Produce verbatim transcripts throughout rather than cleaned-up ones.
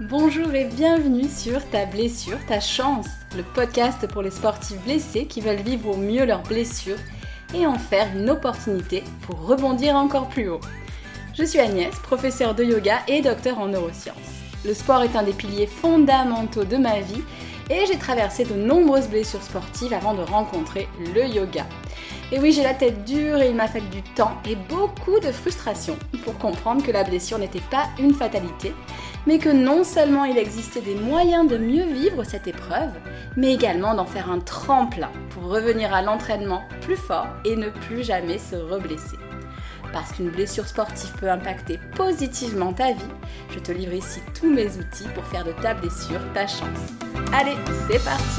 Bonjour et bienvenue sur Ta blessure, ta chance, le podcast pour les sportifs blessés qui veulent vivre au mieux leurs blessures et en faire une opportunité pour rebondir encore plus haut. Je suis Agnès, professeure de yoga et docteur en neurosciences. Le sport est un des piliers fondamentaux de ma vie et j'ai traversé de nombreuses blessures sportives avant de rencontrer le yoga. Et oui, j'ai la tête dure et il m'a fallu du temps et beaucoup de frustration pour comprendre que la blessure n'était pas une fatalité, mais que non seulement il existait des moyens de mieux vivre cette épreuve, mais également d'en faire un tremplin pour revenir à l'entraînement plus fort et ne plus jamais se reblesser. Parce qu'une blessure sportive peut impacter positivement ta vie, je te livre ici tous mes outils pour faire de ta blessure ta chance. Allez, c'est parti!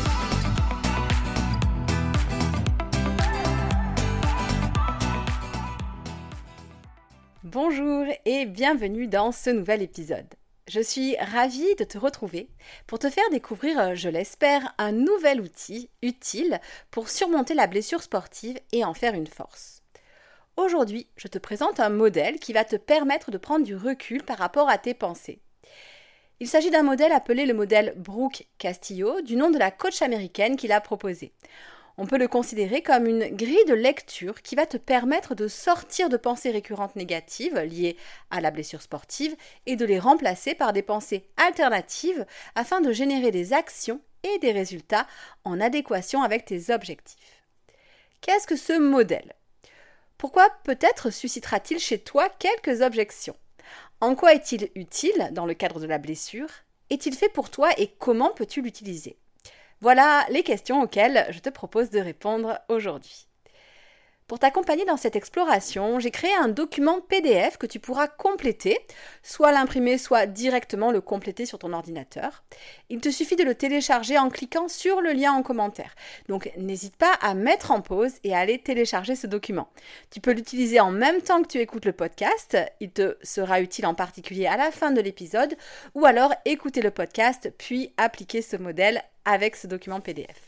Bonjour et bienvenue dans ce nouvel épisode. Je suis ravie de te retrouver pour te faire découvrir, je l'espère, un nouvel outil utile pour surmonter la blessure sportive et en faire une force. Aujourd'hui, je te présente un modèle qui va te permettre de prendre du recul par rapport à tes pensées. Il s'agit d'un modèle appelé le modèle Brooke-Castillo, du nom de la coach américaine qui l'a proposé. On peut le considérer comme une grille de lecture qui va te permettre de sortir de pensées récurrentes négatives liées à la blessure sportive et de les remplacer par des pensées alternatives afin de générer des actions et des résultats en adéquation avec tes objectifs. Qu'est-ce que ce modèle ? Pourquoi peut-être suscitera-t-il chez toi quelques objections ? En quoi est-il utile dans le cadre de la blessure ? Est-il fait pour toi et comment peux-tu l'utiliser ? Voilà les questions auxquelles je te propose de répondre aujourd'hui. Pour t'accompagner dans cette exploration, j'ai créé un document P D F que tu pourras compléter, soit l'imprimer, soit directement le compléter sur ton ordinateur. Il te suffit de le télécharger en cliquant sur le lien en commentaire. Donc n'hésite pas à mettre en pause et à aller télécharger ce document. Tu peux l'utiliser en même temps que tu écoutes le podcast. Il te sera utile en particulier à la fin de l'épisode ou alors écouter le podcast puis appliquer ce modèle avec ce document P D F.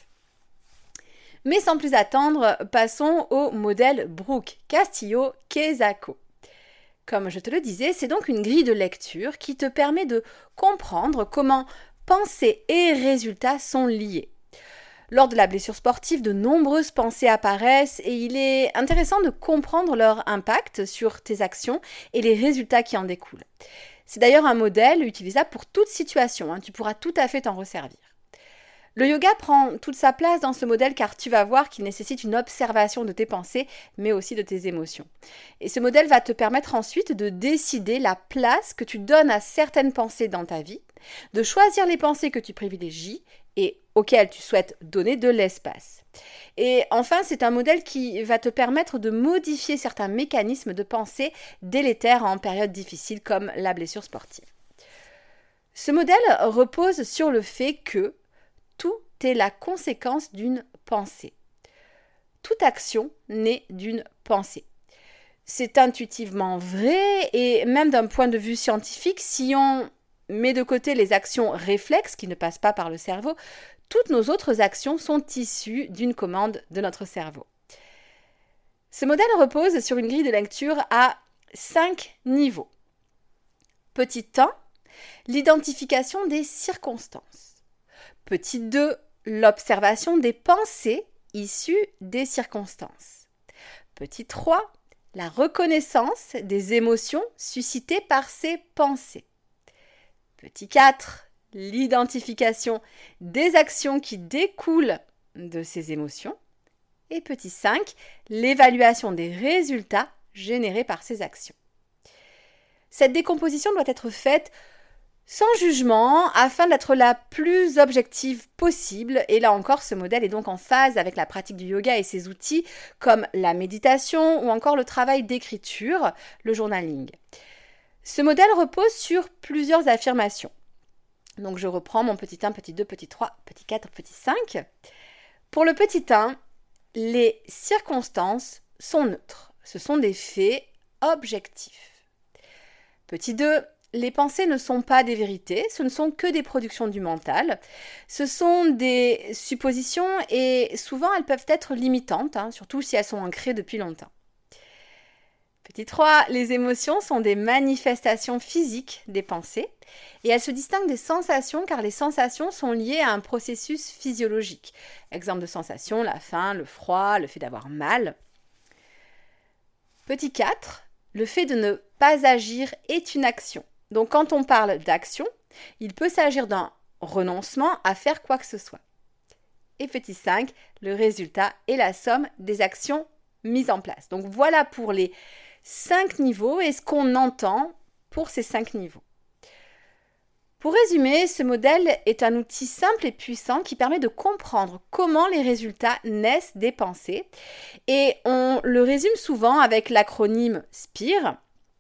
Mais sans plus attendre, passons au modèle Brooke-Castillo-Quezzaco. Comme je te le disais, c'est donc une grille de lecture qui te permet de comprendre comment pensée et résultats sont liés. Lors de la blessure sportive, de nombreuses pensées apparaissent et il est intéressant de comprendre leur impact sur tes actions et les résultats qui en découlent. C'est d'ailleurs un modèle utilisable pour toute situation, hein, tu pourras tout à fait t'en resservir. Le yoga prend toute sa place dans ce modèle car tu vas voir qu'il nécessite une observation de tes pensées, mais aussi de tes émotions. Et ce modèle va te permettre ensuite de décider la place que tu donnes à certaines pensées dans ta vie, de choisir les pensées que tu privilégies et auxquelles tu souhaites donner de l'espace. Et enfin, c'est un modèle qui va te permettre de modifier certains mécanismes de pensée délétères en période difficile comme la blessure sportive. Ce modèle repose sur le fait que tout est la conséquence d'une pensée. Toute action naît d'une pensée. C'est intuitivement vrai et même d'un point de vue scientifique, si on met de côté les actions réflexes qui ne passent pas par le cerveau, toutes nos autres actions sont issues d'une commande de notre cerveau. Ce modèle repose sur une grille de lecture à cinq niveaux. Petit un, l'identification des circonstances. Petit deux, l'observation des pensées issues des circonstances. Petit trois, la reconnaissance des émotions suscitées par ces pensées. Petit quatre, l'identification des actions qui découlent de ces émotions. Et petit cinq, l'évaluation des résultats générés par ces actions. Cette décomposition doit être faite sans jugement, afin d'être la plus objective possible. Et là encore, ce modèle est donc en phase avec la pratique du yoga et ses outils comme la méditation ou encore le travail d'écriture, le journaling. Ce modèle repose sur plusieurs affirmations. Donc je reprends mon petit un, petit deux, petit trois, petit quatre, petit cinq. Pour le petit un, les circonstances sont neutres. Ce sont des faits objectifs. Petit deux, les pensées ne sont pas des vérités, ce ne sont que des productions du mental. Ce sont des suppositions et souvent elles peuvent être limitantes, hein, surtout si elles sont ancrées depuis longtemps. Petit trois, les émotions sont des manifestations physiques des pensées et elles se distinguent des sensations car les sensations sont liées à un processus physiologique. Exemple de sensations, la faim, le froid, le fait d'avoir mal. Petit quatre, le fait de ne pas agir est une action. Donc quand on parle d'action, il peut s'agir d'un renoncement à faire quoi que ce soit. Et petit cinq, le résultat est la somme des actions mises en place. Donc voilà pour les cinq niveaux et ce qu'on entend pour ces cinq niveaux. Pour résumer, ce modèle est un outil simple et puissant qui permet de comprendre comment les résultats naissent des pensées. Et on le résume souvent avec l'acronyme S P I R.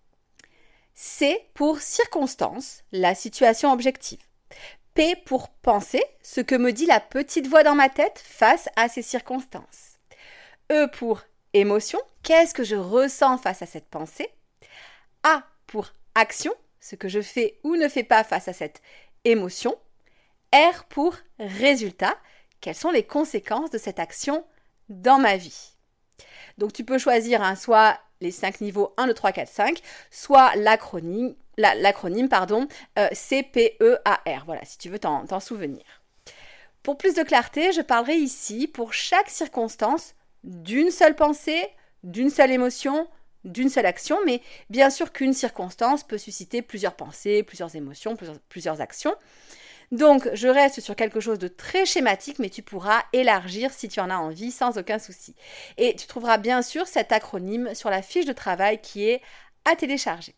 C pour circonstance, la situation objective. P pour penser, ce que me dit la petite voix dans ma tête face à ces circonstances. E pour émotion, qu'est-ce que je ressens face à cette pensée? A pour action, ce que je fais ou ne fais pas face à cette émotion. R pour résultat, quelles sont les conséquences de cette action dans ma vie? Donc tu peux choisir hein, soit les cinq niveaux un, deux, trois, quatre, cinq, soit l'acronyme, la, l'acronyme pardon, euh, C P E A R, voilà, si tu veux t'en, t'en souvenir. Pour plus de clarté, je parlerai ici pour chaque circonstance d'une seule pensée, d'une seule émotion, d'une seule action, mais bien sûr qu'une circonstance peut susciter plusieurs pensées, plusieurs émotions, plusieurs, plusieurs actions. Donc, je reste sur quelque chose de très schématique, mais tu pourras élargir si tu en as envie sans aucun souci. Et tu trouveras bien sûr cet acronyme sur la fiche de travail qui est à télécharger.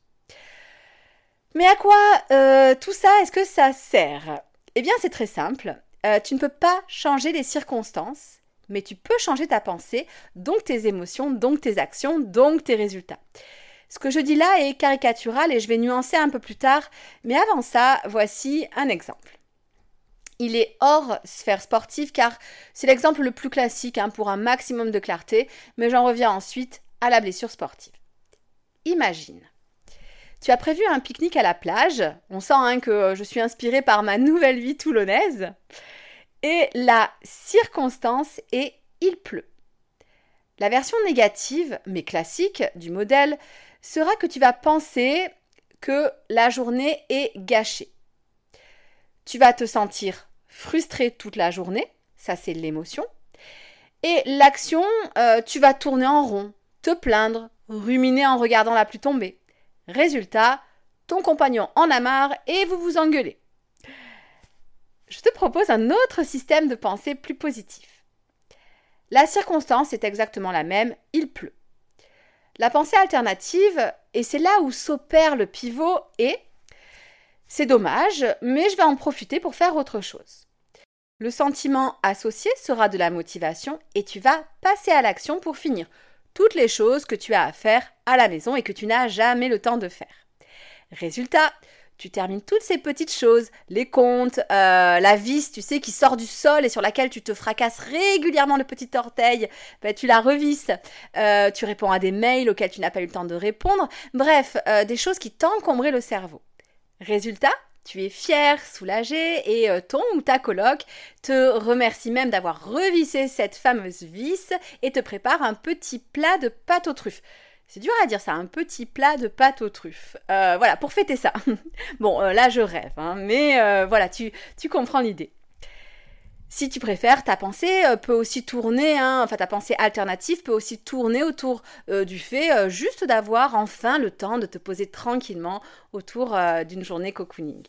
Mais à quoi euh, tout ça, est-ce que ça sert? Eh bien, c'est très simple. Euh, tu ne peux pas changer les circonstances, mais tu peux changer ta pensée, donc tes émotions, donc tes actions, donc tes résultats. Ce que je dis là est caricatural et je vais nuancer un peu plus tard, mais avant ça, voici un exemple. Il est hors sphère sportive car c'est l'exemple le plus classique hein, pour un maximum de clarté, mais j'en reviens ensuite à la blessure sportive. Imagine, tu as prévu un pique-nique à la plage, on sent hein, que je suis inspirée par ma nouvelle vie toulonnaise, et la circonstance est il pleut. La version négative, mais classique, du modèle sera que tu vas penser que la journée est gâchée. Tu vas te sentir frustré toute la journée, ça c'est l'émotion. Et l'action, euh, tu vas tourner en rond, te plaindre, ruminer en regardant la pluie tomber. Résultat, ton compagnon en a marre et vous vous engueulez. Je te propose un autre système de pensée plus positif. La circonstance est exactement la même, il pleut. La pensée alternative, et c'est là où s'opère le pivot, est « c'est dommage, mais je vais en profiter pour faire autre chose ». Le sentiment associé sera de la motivation et tu vas passer à l'action pour finir toutes les choses que tu as à faire à la maison et que tu n'as jamais le temps de faire. Résultat, tu termines toutes ces petites choses, les comptes, euh, la vis, tu sais, qui sort du sol et sur laquelle tu te fracasses régulièrement le petit orteil, ben, tu la revisses, euh, tu réponds à des mails auxquels tu n'as pas eu le temps de répondre, bref, euh, des choses qui t'encombraient le cerveau. Résultat, tu es fier, soulagé et euh, ton ou ta coloc te remercie même d'avoir revissé cette fameuse vis et te prépare un petit plat de pâte aux truffes. C'est dur à dire ça, un petit plat de pâte aux truffes. Euh, voilà, pour fêter ça. Bon, euh, là je rêve, hein, mais euh, voilà, tu, tu comprends l'idée. Si tu préfères, ta pensée euh, peut aussi tourner, hein, enfin ta pensée alternative peut aussi tourner autour euh, du fait euh, juste d'avoir enfin le temps de te poser tranquillement autour euh, d'une journée cocooning.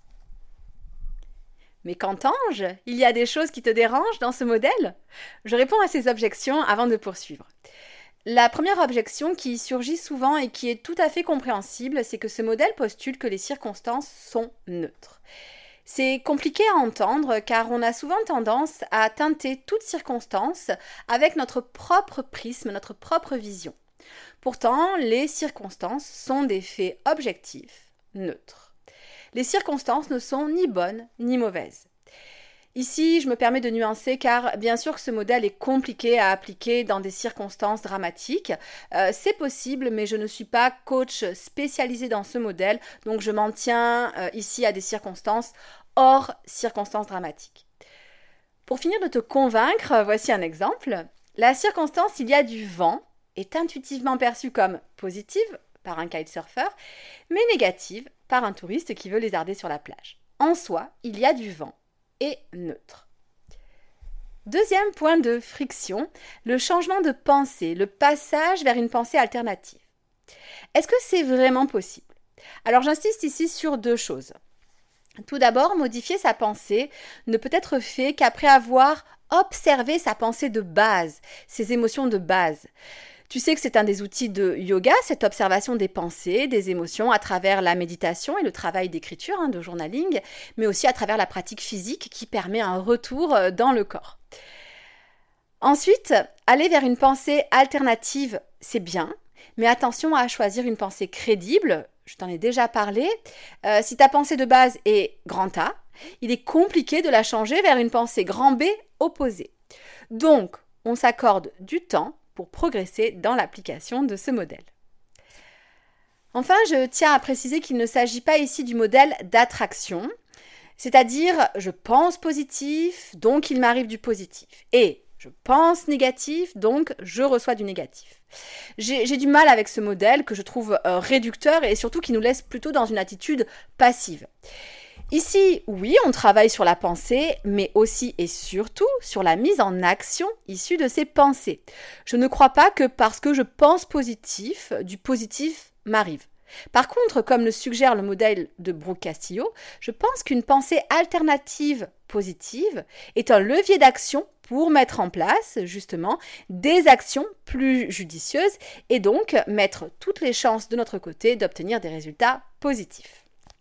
Mais qu'entends-je? Il y a des choses qui te dérangent dans ce modèle? Je réponds à ces objections avant de poursuivre. La première objection qui surgit souvent et qui est tout à fait compréhensible, c'est que ce modèle postule que les circonstances sont neutres. C'est compliqué à entendre car on a souvent tendance à teinter toute circonstance avec notre propre prisme, notre propre vision. Pourtant, les circonstances sont des faits objectifs, neutres. Les circonstances ne sont ni bonnes ni mauvaises. Ici, je me permets de nuancer car bien sûr que ce modèle est compliqué à appliquer dans des circonstances dramatiques. Euh, c'est possible, mais je ne suis pas coach spécialisé dans ce modèle, donc je m'en tiens euh, ici à des circonstances hors circonstances dramatiques. Pour finir de te convaincre, voici un exemple. La circonstance, il y a du vent est intuitivement perçue comme positive par un kitesurfer, mais négative par un touriste qui veut lézarder sur la plage. En soi, il y a du vent et neutre. Deuxième point de friction, le changement de pensée, le passage vers une pensée alternative. Est-ce que c'est vraiment possible ? Alors j'insiste ici sur deux choses. Tout d'abord, modifier sa pensée ne peut être fait qu'après avoir observé sa pensée de base, ses émotions de base. Tu sais que c'est un des outils de yoga, cette observation des pensées, des émotions à travers la méditation et le travail d'écriture, hein, de journaling, mais aussi à travers la pratique physique qui permet un retour dans le corps. Ensuite, aller vers une pensée alternative, c'est bien, mais attention à choisir une pensée crédible. Je t'en ai déjà parlé. Euh, si ta pensée de base est grand A, il est compliqué de la changer vers une pensée grand B opposée. Donc, on s'accorde du temps pour progresser dans l'application de ce modèle. Enfin, je tiens à préciser qu'il ne s'agit pas ici du modèle d'attraction, c'est-à-dire je pense positif, donc il m'arrive du positif. Et je pense négatif, donc je reçois du négatif. J'ai, j'ai du mal avec ce modèle que je trouve euh, réducteur et surtout qui nous laisse plutôt dans une attitude passive. Ici, oui, on travaille sur la pensée, mais aussi et surtout sur la mise en action issue de ces pensées. Je ne crois pas que parce que je pense positif, du positif m'arrive. Par contre, comme le suggère le modèle de Brooke Castillo, je pense qu'une pensée alternative positive est un levier d'action pour mettre en place, justement, des actions plus judicieuses et donc mettre toutes les chances de notre côté d'obtenir des résultats positifs.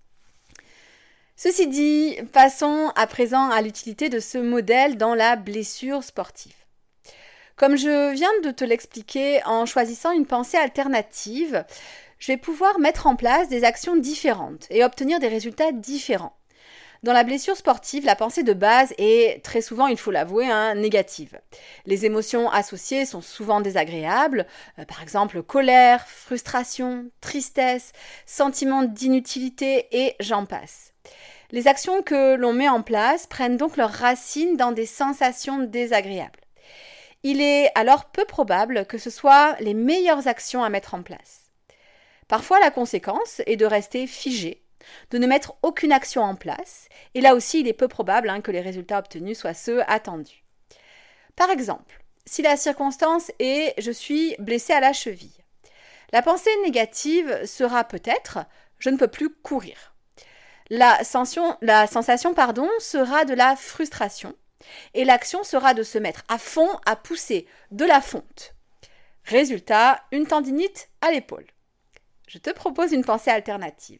Ceci dit, passons à présent à l'utilité de ce modèle dans la blessure sportive. Comme je viens de te l'expliquer, en choisissant une pensée alternative, je vais pouvoir mettre en place des actions différentes et obtenir des résultats différents. Dans la blessure sportive, la pensée de base est très souvent, il faut l'avouer, hein, négative. Les émotions associées sont souvent désagréables, euh, par exemple colère, frustration, tristesse, sentiment d'inutilité et j'en passe. Les actions que l'on met en place prennent donc leurs racines dans des sensations désagréables. Il est alors peu probable que ce soit les meilleures actions à mettre en place. Parfois, la conséquence est de rester figé, de ne mettre aucune action en place, et là aussi, il est peu probable hein, que les résultats obtenus soient ceux attendus. Par exemple, si la circonstance est « je suis blessé à la cheville », la pensée négative sera peut-être « je ne peux plus courir ». La sensation, la sensation pardon, sera de la frustration, et l'action sera de se mettre à fond à pousser de la fonte. Résultat, une tendinite à l'épaule. Je te propose une pensée alternative.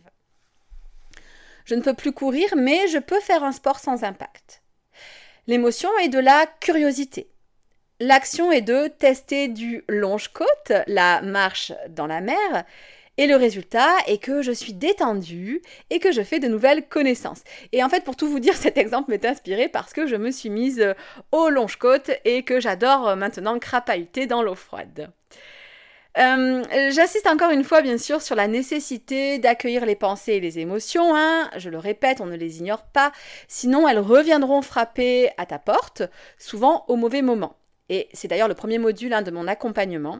Je ne peux plus courir, mais je peux faire un sport sans impact. L'émotion est de la curiosité. L'action est de tester du longe-côte, la marche dans la mer, et le résultat est que je suis détendue et que je fais de nouvelles connaissances. Et en fait, pour tout vous dire, cet exemple m'est inspiré parce que je me suis mise au longe-côte et que j'adore maintenant crapahuter dans l'eau froide. Euh, j'insiste encore une fois, bien sûr, sur la nécessité d'accueillir les pensées et les émotions. Hein. Je le répète, on ne les ignore pas. Sinon, elles reviendront frapper à ta porte, souvent au mauvais moment. Et c'est d'ailleurs le premier module hein, de mon accompagnement.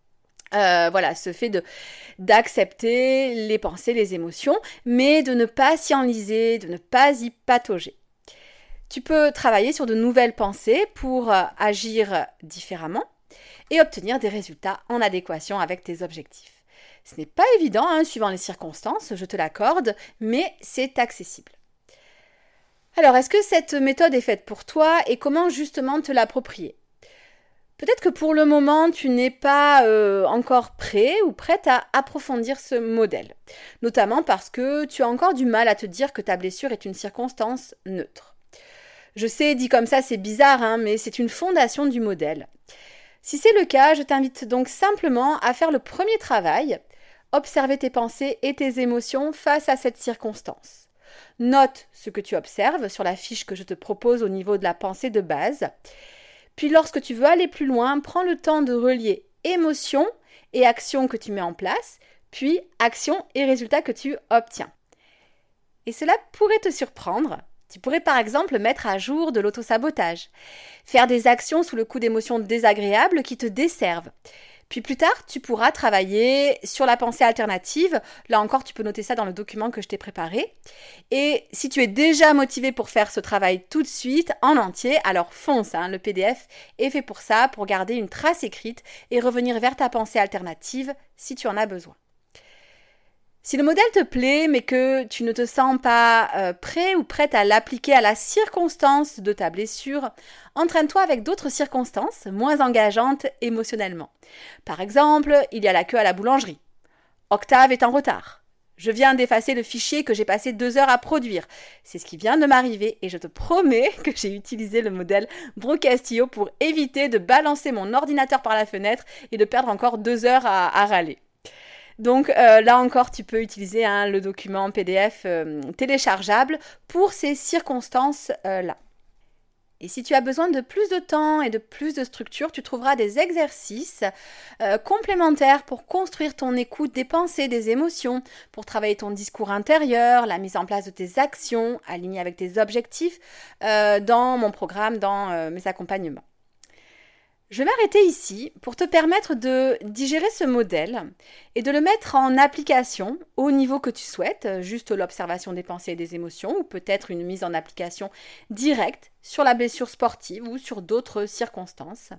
Euh, voilà, ce fait de, d'accepter les pensées, les émotions, mais de ne pas s'y enliser, de ne pas y patauger. Tu peux travailler sur de nouvelles pensées pour euh, agir différemment et obtenir des résultats en adéquation avec tes objectifs. Ce n'est pas évident, hein, suivant les circonstances, je te l'accorde, mais c'est accessible. Alors, est-ce que cette méthode est faite pour toi et comment justement te l'approprier ? Peut-être que pour le moment, tu n'es pas euh, encore prêt ou prête à approfondir ce modèle, notamment parce que tu as encore du mal à te dire que ta blessure est une circonstance neutre. Je sais, dit comme ça, c'est bizarre, hein, mais c'est une fondation du modèle. Si c'est le cas, je t'invite donc simplement à faire le premier travail, observer tes pensées et tes émotions face à cette circonstance. Note ce que tu observes sur la fiche que je te propose au niveau de la pensée de base. Puis lorsque tu veux aller plus loin, prends le temps de relier émotion et action que tu mets en place, puis action et résultat que tu obtiens. Et cela pourrait te surprendre. Tu pourrais par exemple mettre à jour de l'autosabotage, faire des actions sous le coup d'émotions désagréables qui te desservent, Puis plus tard, tu pourras travailler sur la pensée alternative. Là encore, tu peux noter ça dans le document que je t'ai préparé. Et si tu es déjà motivé pour faire ce travail tout de suite, en entier, alors fonce. Hein, le P D F est fait pour ça, pour garder une trace écrite et revenir vers ta pensée alternative si tu en as besoin. Si le modèle te plaît, mais que tu ne te sens pas euh, prêt ou prête à l'appliquer à la circonstance de ta blessure, entraîne-toi avec d'autres circonstances moins engageantes émotionnellement. Par exemple, il y a la queue à la boulangerie. Octave est en retard. Je viens d'effacer le fichier que j'ai passé deux heures à produire. C'est ce qui vient de m'arriver et je te promets que j'ai utilisé le modèle Brocastillo pour éviter de balancer mon ordinateur par la fenêtre et de perdre encore deux heures à, à râler. Donc euh, là encore, tu peux utiliser hein, le document P D F euh, téléchargeable pour ces circonstances-là. Euh, et si tu as besoin de plus de temps et de plus de structure, tu trouveras des exercices euh, complémentaires pour construire ton écoute des pensées, des émotions, pour travailler ton discours intérieur, la mise en place de tes actions alignées avec tes objectifs euh, dans mon programme, dans euh, mes accompagnements. Je vais m'arrêter ici pour te permettre de digérer ce modèle et de le mettre en application au niveau que tu souhaites, juste l'observation des pensées et des émotions ou peut-être une mise en application directe sur la blessure sportive ou sur d'autres circonstances.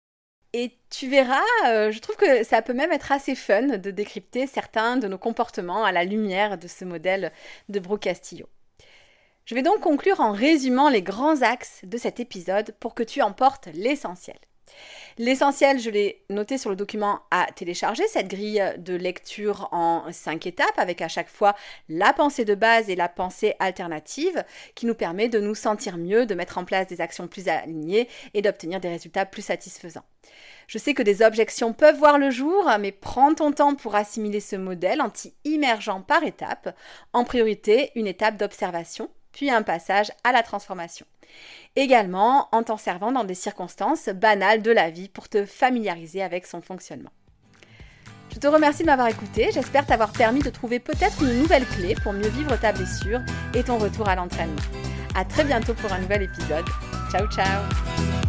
Et tu verras, euh, je trouve que ça peut même être assez fun de décrypter certains de nos comportements à la lumière de ce modèle de Brocastillo. Je vais donc conclure en résumant les grands axes de cet épisode pour que tu emportes l'essentiel. L'essentiel, je l'ai noté sur le document à télécharger, cette grille de lecture en cinq étapes avec à chaque fois la pensée de base et la pensée alternative qui nous permet de nous sentir mieux, de mettre en place des actions plus alignées et d'obtenir des résultats plus satisfaisants. Je sais que des objections peuvent voir le jour, mais prends ton temps pour assimiler ce modèle en t'y immergeant par étapes. En priorité, une étape d'observation, puis un passage à la transformation. Également en t'en servant dans des circonstances banales de la vie pour te familiariser avec son fonctionnement. Je te remercie de m'avoir écouté, j'espère t'avoir permis de trouver peut-être une nouvelle clé pour mieux vivre ta blessure et ton retour à l'entraînement. À très bientôt pour un nouvel épisode. Ciao ciao.